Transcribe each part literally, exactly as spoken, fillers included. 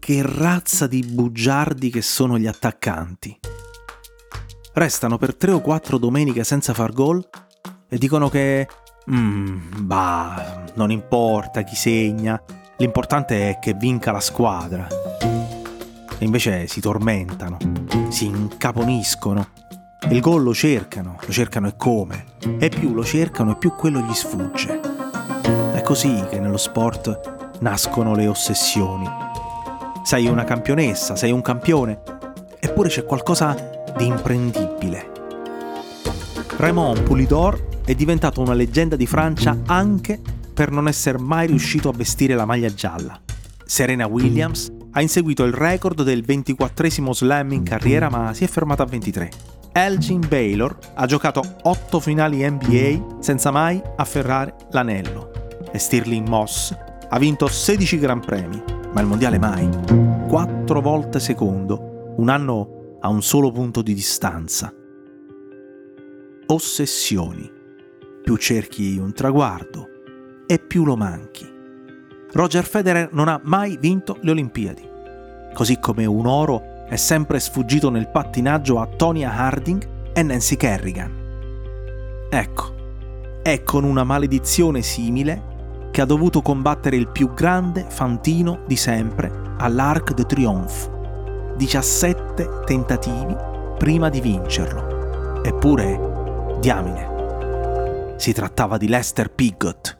che razza di bugiardi che sono gli attaccanti. Restano per tre o quattro domeniche senza far gol e dicono che mm, bah, non importa chi segna, l'importante è che vinca la squadra. E invece si tormentano, si incaponiscono. Il gol lo cercano, lo cercano e come. E più lo cercano e più quello gli sfugge. È così che nello sport nascono le ossessioni. Sei una campionessa, sei un campione, eppure c'è qualcosa di imprendibile. Raymond Poulidor è diventato una leggenda di Francia anche per non essere mai riuscito a vestire la maglia gialla. Serena Williams ha inseguito il record del ventiquattresimo slam in carriera, ma si è fermata a ventitré. Elgin Baylor ha giocato otto finali N B A senza mai afferrare l'anello. E Stirling Moss ha vinto sedici Gran Premi, ma il mondiale mai. Quattro volte secondo, un anno a un solo punto di distanza. Ossessioni. Più cerchi un traguardo e più lo manchi. Roger Federer non ha mai vinto le Olimpiadi, così come un oro è sempre sfuggito nel pattinaggio a Tonya Harding e Nancy Kerrigan. Ecco, è con una maledizione simile che ha dovuto combattere il più grande fantino di sempre all'Arc de Triomphe. diciassette tentativi prima di vincerlo. Eppure, diamine, si trattava di Lester Piggott.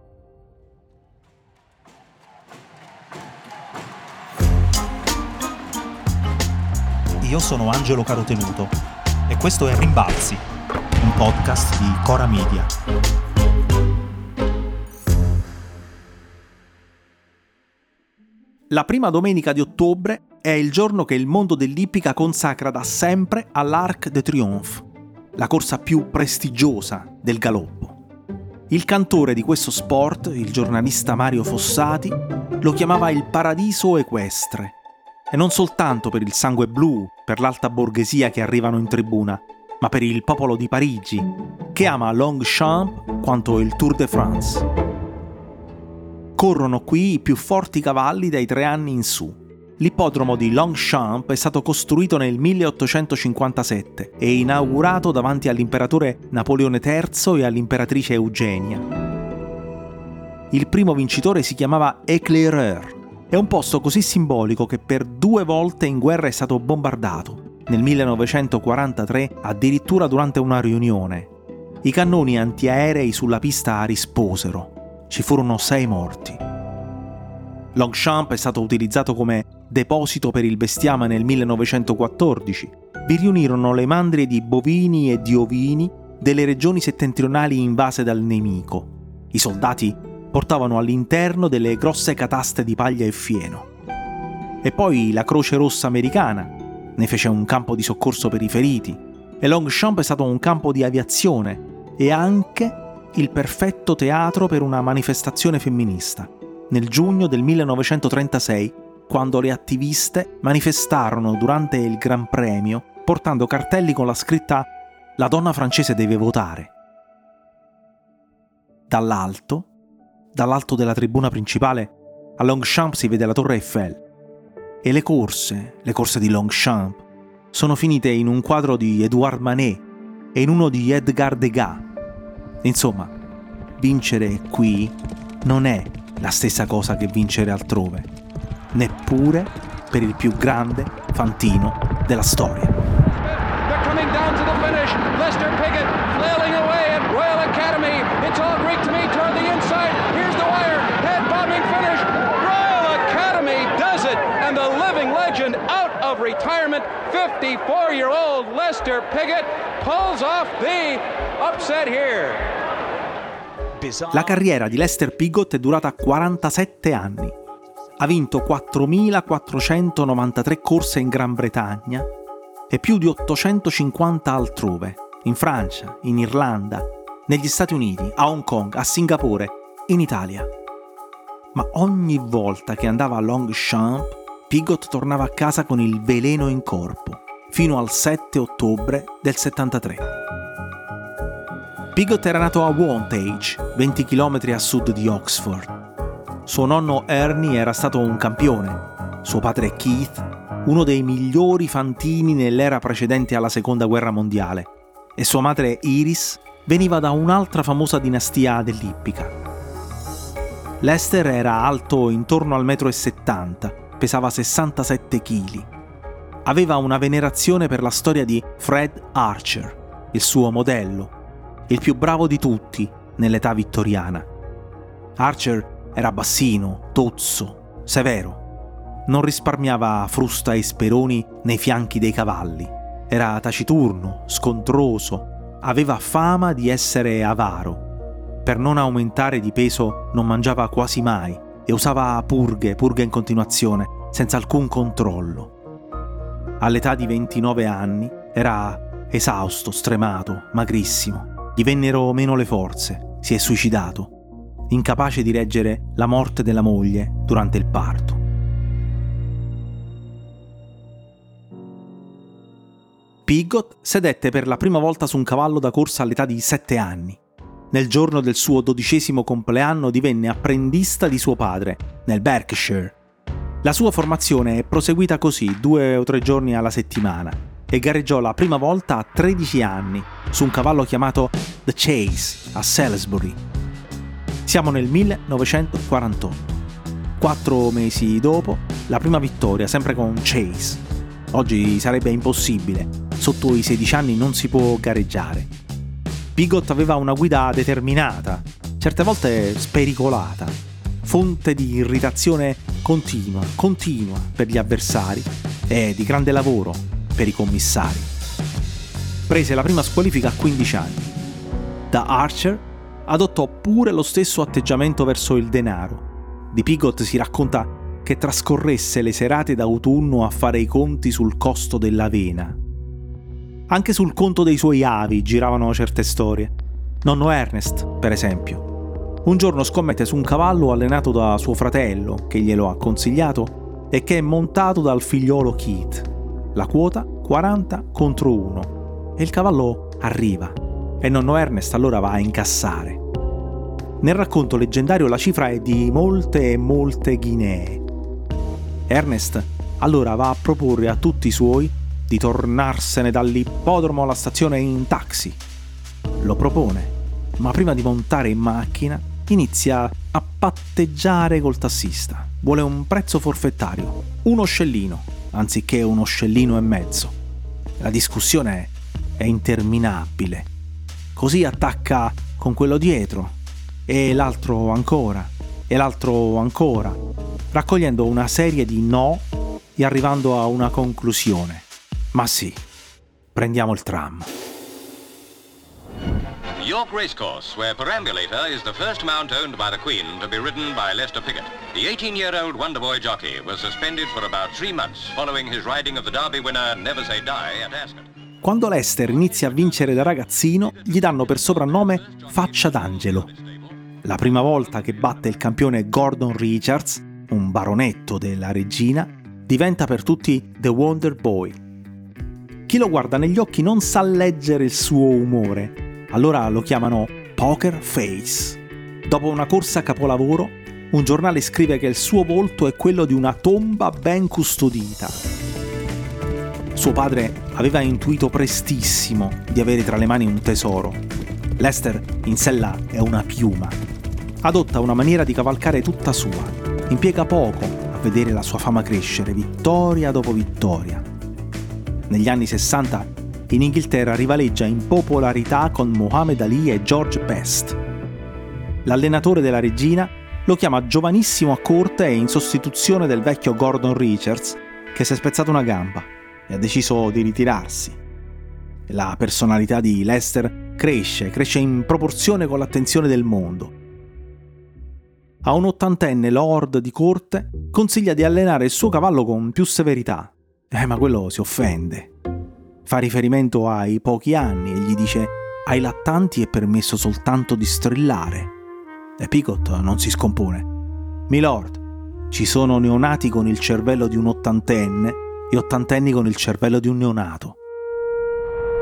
Io sono Angelo Carotenuto e questo è Rimbalzi, un podcast di Cora Media. La prima domenica di ottobre è il giorno che il mondo dell'ippica consacra da sempre all'Arc de Triomphe, la corsa più prestigiosa del galoppo. Il cantore di questo sport, il giornalista Mario Fossati, lo chiamava il paradiso equestre. E non soltanto per il sangue blu, per l'alta borghesia che arrivano in tribuna, ma per il popolo di Parigi, che ama Longchamp quanto il Tour de France. Corrono qui i più forti cavalli dai tre anni in su. L'ippodromo di Longchamp è stato costruito nel milleottocentocinquantasette e inaugurato davanti all'imperatore Napoleone terzo e all'imperatrice Eugenia. Il primo vincitore si chiamava Éclaireur. È un posto così simbolico che per due volte in guerra è stato bombardato. Nel millenovecentoquarantatré, addirittura durante una riunione. I cannoni antiaerei sulla pista risposero. Ci furono sei morti. Longchamp è stato utilizzato come deposito per il bestiame nel millenovecentoquattordici. Vi riunirono le mandrie di bovini e di ovini delle regioni settentrionali invase dal nemico. I soldati portavano all'interno delle grosse cataste di paglia e fieno. E poi la Croce Rossa americana ne fece un campo di soccorso per i feriti, e Longchamp è stato un campo di aviazione e anche il perfetto teatro per una manifestazione femminista, nel giugno del millenovecentotrentasei, quando le attiviste manifestarono durante il Gran Premio portando cartelli con la scritta «La donna francese deve votare». Dall'alto, Dall'alto della tribuna principale, a Longchamp si vede la Torre Eiffel. E le corse, le corse di Longchamp, sono finite in un quadro di Edouard Manet e in uno di Edgar Degas. Insomma, vincere qui non è la stessa cosa che vincere altrove, neppure per il più grande fantino della storia. They're coming down to the finish. Lester Piggott flailing away at Royal Academy. It's all Greek to me toward the inside. Here's the wire. Head bobbing finish. Royal Academy does it. And the living legend out of retirement, fifty-four-year-old Lester Piggott pulls off the upset here. La carriera di Lester Piggott è durata quarantasette anni. Ha vinto quattromilaquattrocentonovantatré corse in Gran Bretagna e più di ottocentocinquanta altrove, in Francia, in Irlanda, negli Stati Uniti, a Hong Kong, a Singapore, in Italia. Ma ogni volta che andava a Longchamp, Piggott tornava a casa con il veleno in corpo, fino al sette ottobre del settantatré. Piggott era nato a Wantage, venti chilometri a sud di Oxford. Suo nonno Ernie era stato un campione Suo padre Keith, uno dei migliori fantini nell'era precedente alla Seconda Guerra Mondiale, e sua madre Iris veniva da un'altra famosa dinastia dell'ippica. Lester era alto intorno al metro e settanta, pesava sessantasette chili. Aveva una venerazione per la storia di Fred Archer, il suo modello, il più bravo di tutti nell'età vittoriana. Archer era bassino, tozzo, severo. Non risparmiava frusta e speroni nei fianchi dei cavalli. Era taciturno, scontroso, aveva fama di essere avaro. Per non aumentare di peso non mangiava quasi mai e usava purghe, purghe in continuazione, senza alcun controllo. All'età di ventinove anni era esausto, stremato, magrissimo. Gli vennero meno le forze, si è suicidato, incapace di reggere la morte della moglie durante il parto. Pigott sedette per la prima volta su un cavallo da corsa all'età di sette anni. Nel giorno del suo dodicesimo compleanno divenne apprendista di suo padre, nel Berkshire. La sua formazione è proseguita così due o tre giorni alla settimana e gareggiò la prima volta a tredici anni su un cavallo chiamato The Chase a Salisbury. Siamo nel millenovecentoquarantotto. Quattro mesi dopo, la prima vittoria, sempre con Chase. Oggi sarebbe impossibile. Sotto i sedici anni non si può gareggiare. Pigott aveva una guida determinata, certe volte spericolata, fonte di irritazione continua, continua per gli avversari e di grande lavoro per i commissari. Prese la prima squalifica a quindici anni. Da Archer adottò pure lo stesso atteggiamento verso il denaro. Di Pigott si racconta che trascorresse le serate d'autunno a fare i conti sul costo dell'avena. Anche sul conto dei suoi avi giravano certe storie. Nonno Ernest, per esempio. Un giorno scommette su un cavallo allenato da suo fratello, che glielo ha consigliato, e che è montato dal figliolo Keith. La quota quaranta contro uno. E il cavallo arriva. E nonno Ernest allora va a incassare. Nel racconto leggendario la cifra è di molte e molte ghinee. Ernest allora va a proporre a tutti i suoi di tornarsene dall'ippodromo alla stazione in taxi. Lo propone, ma prima di montare in macchina inizia a patteggiare col tassista. Vuole un prezzo forfettario, uno scellino, anziché uno scellino e mezzo. La discussione è interminabile. Così attacca con quello dietro, e l'altro ancora, e l'altro ancora, raccogliendo una serie di no e arrivando a una conclusione. Ma sì, prendiamo il tram. York Racecourse, where Perambulator is the first mount owned by the Queen to be ridden by Lester Piggott. The eighteen-year-old Wonderboy jockey was suspended for about three months following his riding of the Derby winner Never Say Die at Ascot. Quando Lester inizia a vincere da ragazzino, gli danno per soprannome Faccia d'Angelo. La prima volta che batte il campione Gordon Richards, un baronetto della regina, diventa per tutti The Wonder Boy. Chi lo guarda negli occhi non sa leggere il suo umore, allora lo chiamano Poker Face. Dopo una corsa capolavoro, un giornale scrive che il suo volto è quello di una tomba ben custodita. Suo padre aveva intuito prestissimo di avere tra le mani un tesoro. Lester in sella è una piuma. Adotta una maniera di cavalcare tutta sua. Impiega poco a vedere la sua fama crescere, vittoria dopo vittoria. Negli anni sessanta in Inghilterra rivaleggia in popolarità con Muhammad Ali e George Best. L'allenatore della regina lo chiama giovanissimo a corte e in sostituzione del vecchio Gordon Richards, che si è spezzato una gamba e ha deciso di ritirarsi. La personalità di Lester cresce, cresce in proporzione con l'attenzione del mondo. A un ottantenne lord di corte consiglia di allenare il suo cavallo con più severità. Eh, ma quello si offende. Fa riferimento ai pochi anni e gli dice: ai lattanti è permesso soltanto di strillare. E Pigott non si scompone. Milord, ci sono neonati con il cervello di un ottantenne e ottantenni con il cervello di un neonato.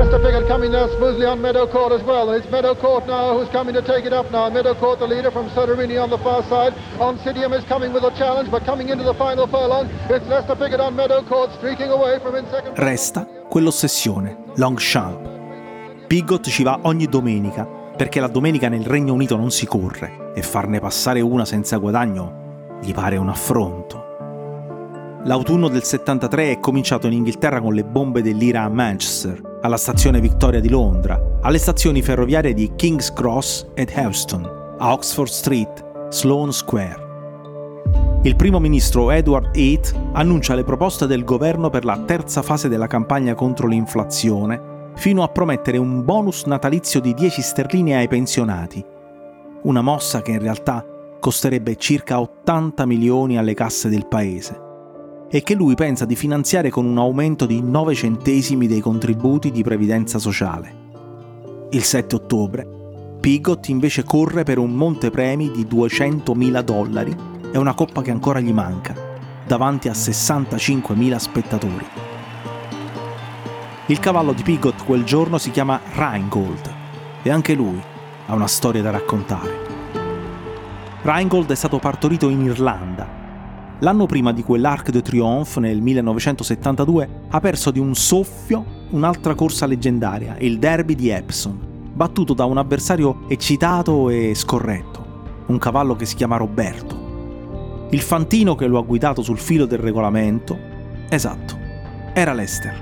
Lester Piggott coming now smoothly on Meadow Court as well. It's Meadow Court now who's coming to take it up now. Meadow Court, the leader from Soderini on the far side. Oncidium is coming with a challenge, but coming into the final furlong, it's Lester Piggott on Meadow Court, streaking away from in second. Resta quell'ossessione, Longchamp. Piggott ci va ogni domenica, perché la domenica nel Regno Unito non si corre e farne passare una senza guadagno gli pare un affronto. L'autunno del settantatré è cominciato in Inghilterra con le bombe dell'Ira a Manchester, alla stazione Victoria di Londra, alle stazioni ferroviarie di King's Cross ed Euston, a Oxford Street, Sloane Square. Il primo ministro Edward Heath annuncia le proposte del governo per la terza fase della campagna contro l'inflazione, fino a promettere un bonus natalizio di dieci sterline ai pensionati, una mossa che in realtà costerebbe circa ottanta milioni alle casse del paese e che lui pensa di finanziare con un aumento di nove centesimi dei contributi di previdenza sociale. Il sette ottobre, Piggott invece corre per un montepremi di duecentomila dollari e una coppa che ancora gli manca, davanti a sessantacinquemila spettatori. Il cavallo di Piggott quel giorno si chiama Rheingold e anche lui ha una storia da raccontare. Rheingold è stato partorito in Irlanda. L'anno prima di quell'Arc de Triomphe, nel millenovecentosettantadue, ha perso di un soffio un'altra corsa leggendaria, il Derby di Epsom, battuto da un avversario eccitato e scorretto, un cavallo che si chiama Roberto. Il fantino che lo ha guidato sul filo del regolamento, esatto, era Lester.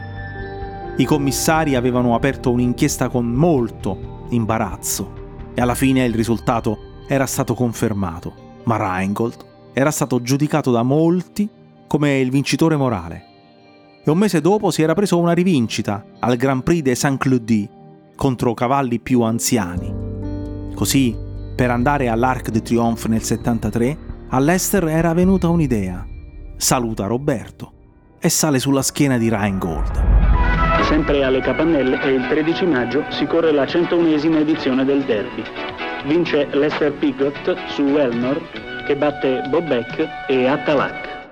I commissari avevano aperto un'inchiesta con molto imbarazzo e alla fine il risultato era stato confermato, ma Rheingold era stato giudicato da molti come il vincitore morale. E un mese dopo si era preso una rivincita al Grand Prix de Saint-Cloud contro cavalli più anziani. Così, per andare all'Arc de Triomphe nel settantatré, a Lester era venuta un'idea. Saluta Roberto e sale sulla schiena di Rheingold. Sempre alle Capannelle e il tredici maggio si corre la centounesima edizione del Derby. Vince Lester Piggott su Elnor, che batte Bobek e Atalak.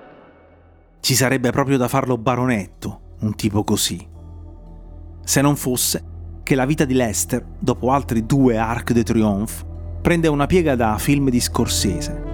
Ci sarebbe proprio da farlo baronetto, un tipo così. Se non fosse che la vita di Lester, dopo altri due Arc de Triomphe, prende una piega da film di Scorsese.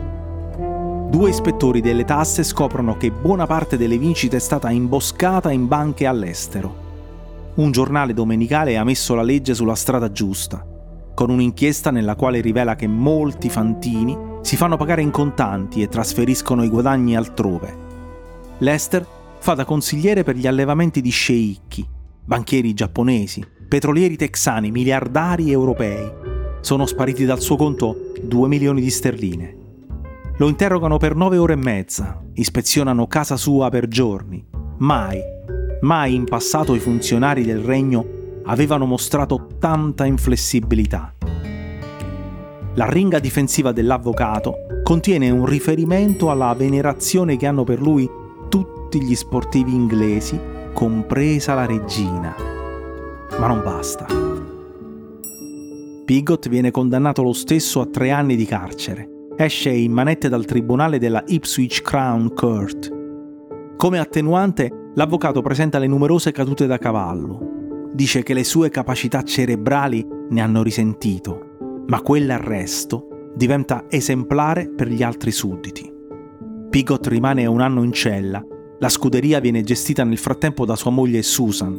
Due ispettori delle tasse scoprono che buona parte delle vincite è stata imboscata in banche all'estero. Un giornale domenicale ha messo la legge sulla strada giusta, con un'inchiesta nella quale rivela che molti fantini si fanno pagare in contanti e trasferiscono i guadagni altrove. Lester fa da consigliere per gli allevamenti di sceicchi, banchieri giapponesi, petrolieri texani, miliardari europei. Sono spariti dal suo conto due milioni di sterline. Lo interrogano per nove ore e mezza, ispezionano casa sua per giorni. Mai, mai in passato i funzionari del regno avevano mostrato tanta inflessibilità. L'arringa difensiva dell'avvocato contiene un riferimento alla venerazione che hanno per lui tutti gli sportivi inglesi, compresa la regina. Ma non basta. Piggott viene condannato lo stesso a tre anni di carcere. Esce in manette dal tribunale della Ipswich Crown Court. Come attenuante, l'avvocato presenta le numerose cadute da cavallo. Dice che le sue capacità cerebrali ne hanno risentito, ma quell'arresto diventa esemplare per gli altri sudditi. Piggott rimane un anno in cella. La scuderia viene gestita nel frattempo da sua moglie Susan.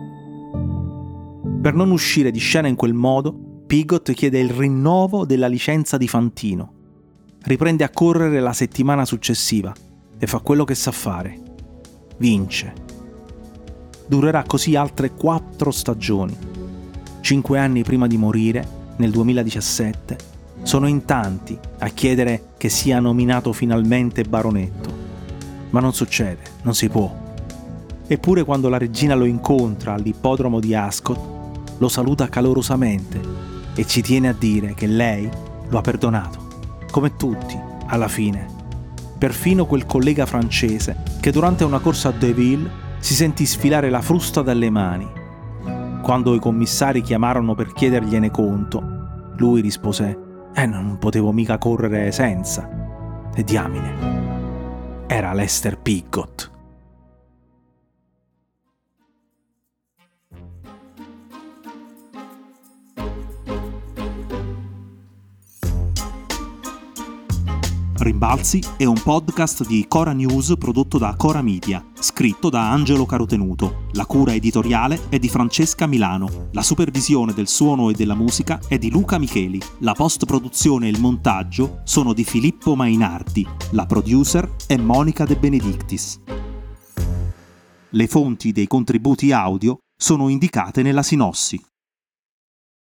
Per non uscire di scena in quel modo, Piggott chiede il rinnovo della licenza di fantino. Riprende a correre la settimana successiva e fa quello che sa fare. Vince. Durerà così altre quattro stagioni. Cinque anni prima di morire, nel duemiladiciassette, sono in tanti a chiedere che sia nominato finalmente baronetto. Ma non succede, non si può. Eppure quando la regina lo incontra all'ippodromo di Ascot, lo saluta calorosamente e ci tiene a dire che lei lo ha perdonato. Come tutti, alla fine. Perfino quel collega francese che durante una corsa a Deauville si sentì sfilare la frusta dalle mani. Quando i commissari chiamarono per chiedergliene conto, lui rispose: «Eh, non potevo mica correre senza». E diamine, era Lester Piggott. Rimbalzi è un podcast di Cora News prodotto da Cora Media, scritto da Angelo Carotenuto. La cura editoriale è di Francesca Milano. La supervisione del suono e della musica è di Luca Micheli. La post-produzione e il montaggio sono di Filippo Mainardi. La producer è Monica De Benedictis. Le fonti dei contributi audio sono indicate nella sinossi.